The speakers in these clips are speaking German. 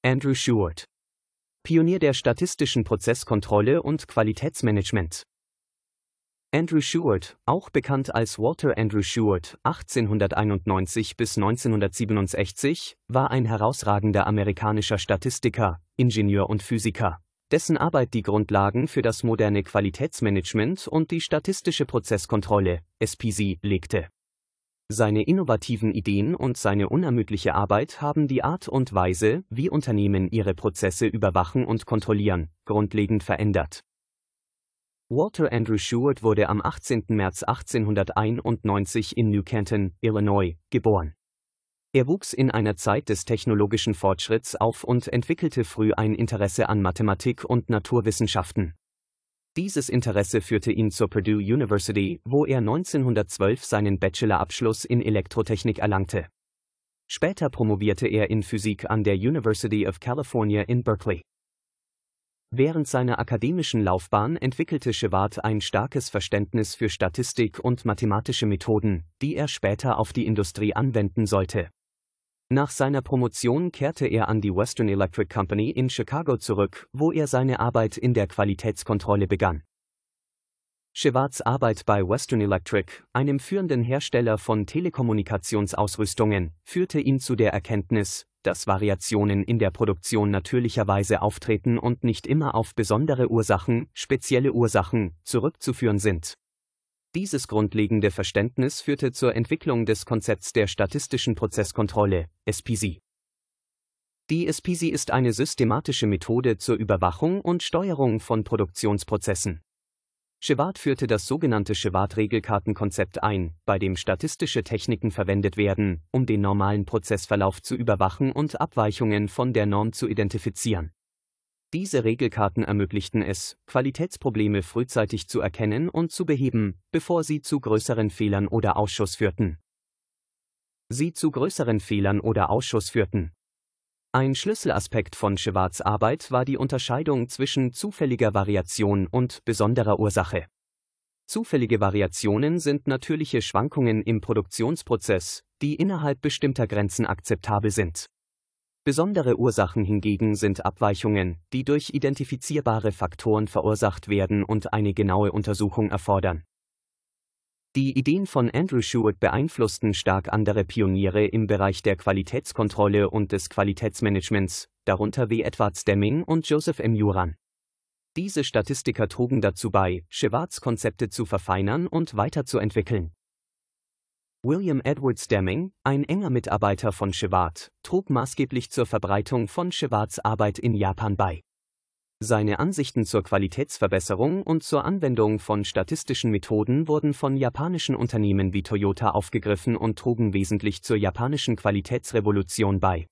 Andrew Shewhart. Pionier der statistischen Prozesskontrolle und Qualitätsmanagement. Andrew Shewhart, auch bekannt als Walter Andrew Shewhart, 1891 bis 1967, war ein herausragender amerikanischer Statistiker, Ingenieur und Physiker, dessen Arbeit die Grundlagen für das moderne Qualitätsmanagement und die statistische Prozesskontrolle, SPC, legte. Seine innovativen Ideen und seine unermüdliche Arbeit haben die Art und Weise, wie Unternehmen ihre Prozesse überwachen und kontrollieren, grundlegend verändert. Walter Andrew Shewhart wurde am 18. März 1891 in New Canton, Illinois, geboren. Er wuchs in einer Zeit des technologischen Fortschritts auf und entwickelte früh ein Interesse an Mathematik und Naturwissenschaften. Dieses Interesse führte ihn zur Purdue University, wo er 1912 seinen Bachelorabschluss in Elektrotechnik erlangte. Später promovierte er in Physik an der University of California in Berkeley. Während seiner akademischen Laufbahn entwickelte Shewhart ein starkes Verständnis für Statistik und mathematische Methoden, die er später auf die Industrie anwenden sollte. Nach seiner Promotion kehrte er an die Western Electric Company in Chicago zurück, wo er seine Arbeit in der Qualitätskontrolle begann. Shewharts Arbeit bei Western Electric, einem führenden Hersteller von Telekommunikationsausrüstungen, führte ihn zu der Erkenntnis, dass Variationen in der Produktion natürlicherweise auftreten und nicht immer auf besondere Ursachen, spezielle Ursachen, zurückzuführen sind. Dieses grundlegende Verständnis führte zur Entwicklung des Konzepts der statistischen Prozesskontrolle, SPC. Die SPC ist eine systematische Methode zur Überwachung und Steuerung von Produktionsprozessen. Shewhart führte das sogenannte Shewhart-Regelkartenkonzept ein, bei dem statistische Techniken verwendet werden, um den normalen Prozessverlauf zu überwachen und Abweichungen von der Norm zu identifizieren. Diese Regelkarten ermöglichten es, Qualitätsprobleme frühzeitig zu erkennen und zu beheben, bevor sie zu größeren Fehlern oder Ausschuss führten. Ein Schlüsselaspekt von Shewharts Arbeit war die Unterscheidung zwischen zufälliger Variation und besonderer Ursache. Zufällige Variationen sind natürliche Schwankungen im Produktionsprozess, die innerhalb bestimmter Grenzen akzeptabel sind. Besondere Ursachen hingegen sind Abweichungen, die durch identifizierbare Faktoren verursacht werden und eine genaue Untersuchung erfordern. Die Ideen von Andrew Shewhart beeinflussten stark andere Pioniere im Bereich der Qualitätskontrolle und des Qualitätsmanagements, darunter wie Edward Deming und Joseph M. Juran. Diese Statistiker trugen dazu bei, Shewharts Konzepte zu verfeinern und weiterzuentwickeln. William Edwards Deming, ein enger Mitarbeiter von Shewhart, trug maßgeblich zur Verbreitung von Shewharts Arbeit in Japan bei. Seine Ansichten zur Qualitätsverbesserung und zur Anwendung von statistischen Methoden wurden von japanischen Unternehmen wie Toyota aufgegriffen und trugen wesentlich zur japanischen Qualitätsrevolution bei.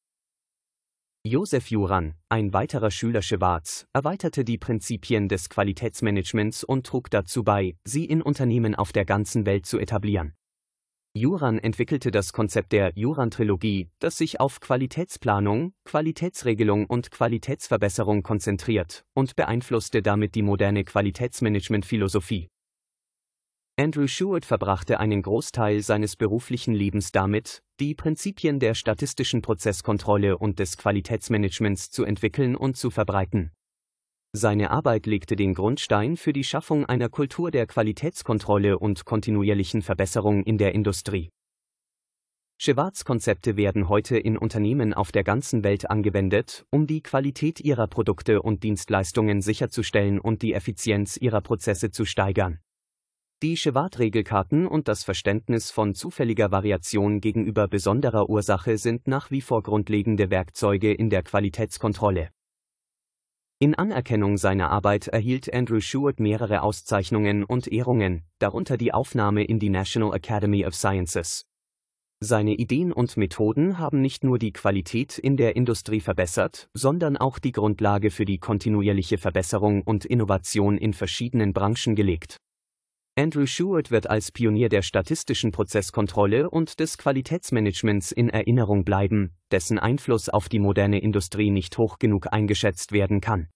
Joseph Juran, ein weiterer Schüler Shewharts, erweiterte die Prinzipien des Qualitätsmanagements und trug dazu bei, sie in Unternehmen auf der ganzen Welt zu etablieren. Juran entwickelte das Konzept der Juran-Trilogie, das sich auf Qualitätsplanung, Qualitätsregelung und Qualitätsverbesserung konzentriert, und beeinflusste damit die moderne Qualitätsmanagement-Philosophie. Andrew Shewhart verbrachte einen Großteil seines beruflichen Lebens damit, die Prinzipien der statistischen Prozesskontrolle und des Qualitätsmanagements zu entwickeln und zu verbreiten. Seine Arbeit legte den Grundstein für die Schaffung einer Kultur der Qualitätskontrolle und kontinuierlichen Verbesserung in der Industrie. Shewharts Konzepte werden heute in Unternehmen auf der ganzen Welt angewendet, um die Qualität ihrer Produkte und Dienstleistungen sicherzustellen und die Effizienz ihrer Prozesse zu steigern. Die Shewhart-Regelkarten und das Verständnis von zufälliger Variation gegenüber besonderer Ursache sind nach wie vor grundlegende Werkzeuge in der Qualitätskontrolle. In Anerkennung seiner Arbeit erhielt Andrew Shewhart mehrere Auszeichnungen und Ehrungen, darunter die Aufnahme in die National Academy of Sciences. Seine Ideen und Methoden haben nicht nur die Qualität in der Industrie verbessert, sondern auch die Grundlage für die kontinuierliche Verbesserung und Innovation in verschiedenen Branchen gelegt. Andrew Shewhart wird als Pionier der statistischen Prozesskontrolle und des Qualitätsmanagements in Erinnerung bleiben, dessen Einfluss auf die moderne Industrie nicht hoch genug eingeschätzt werden kann.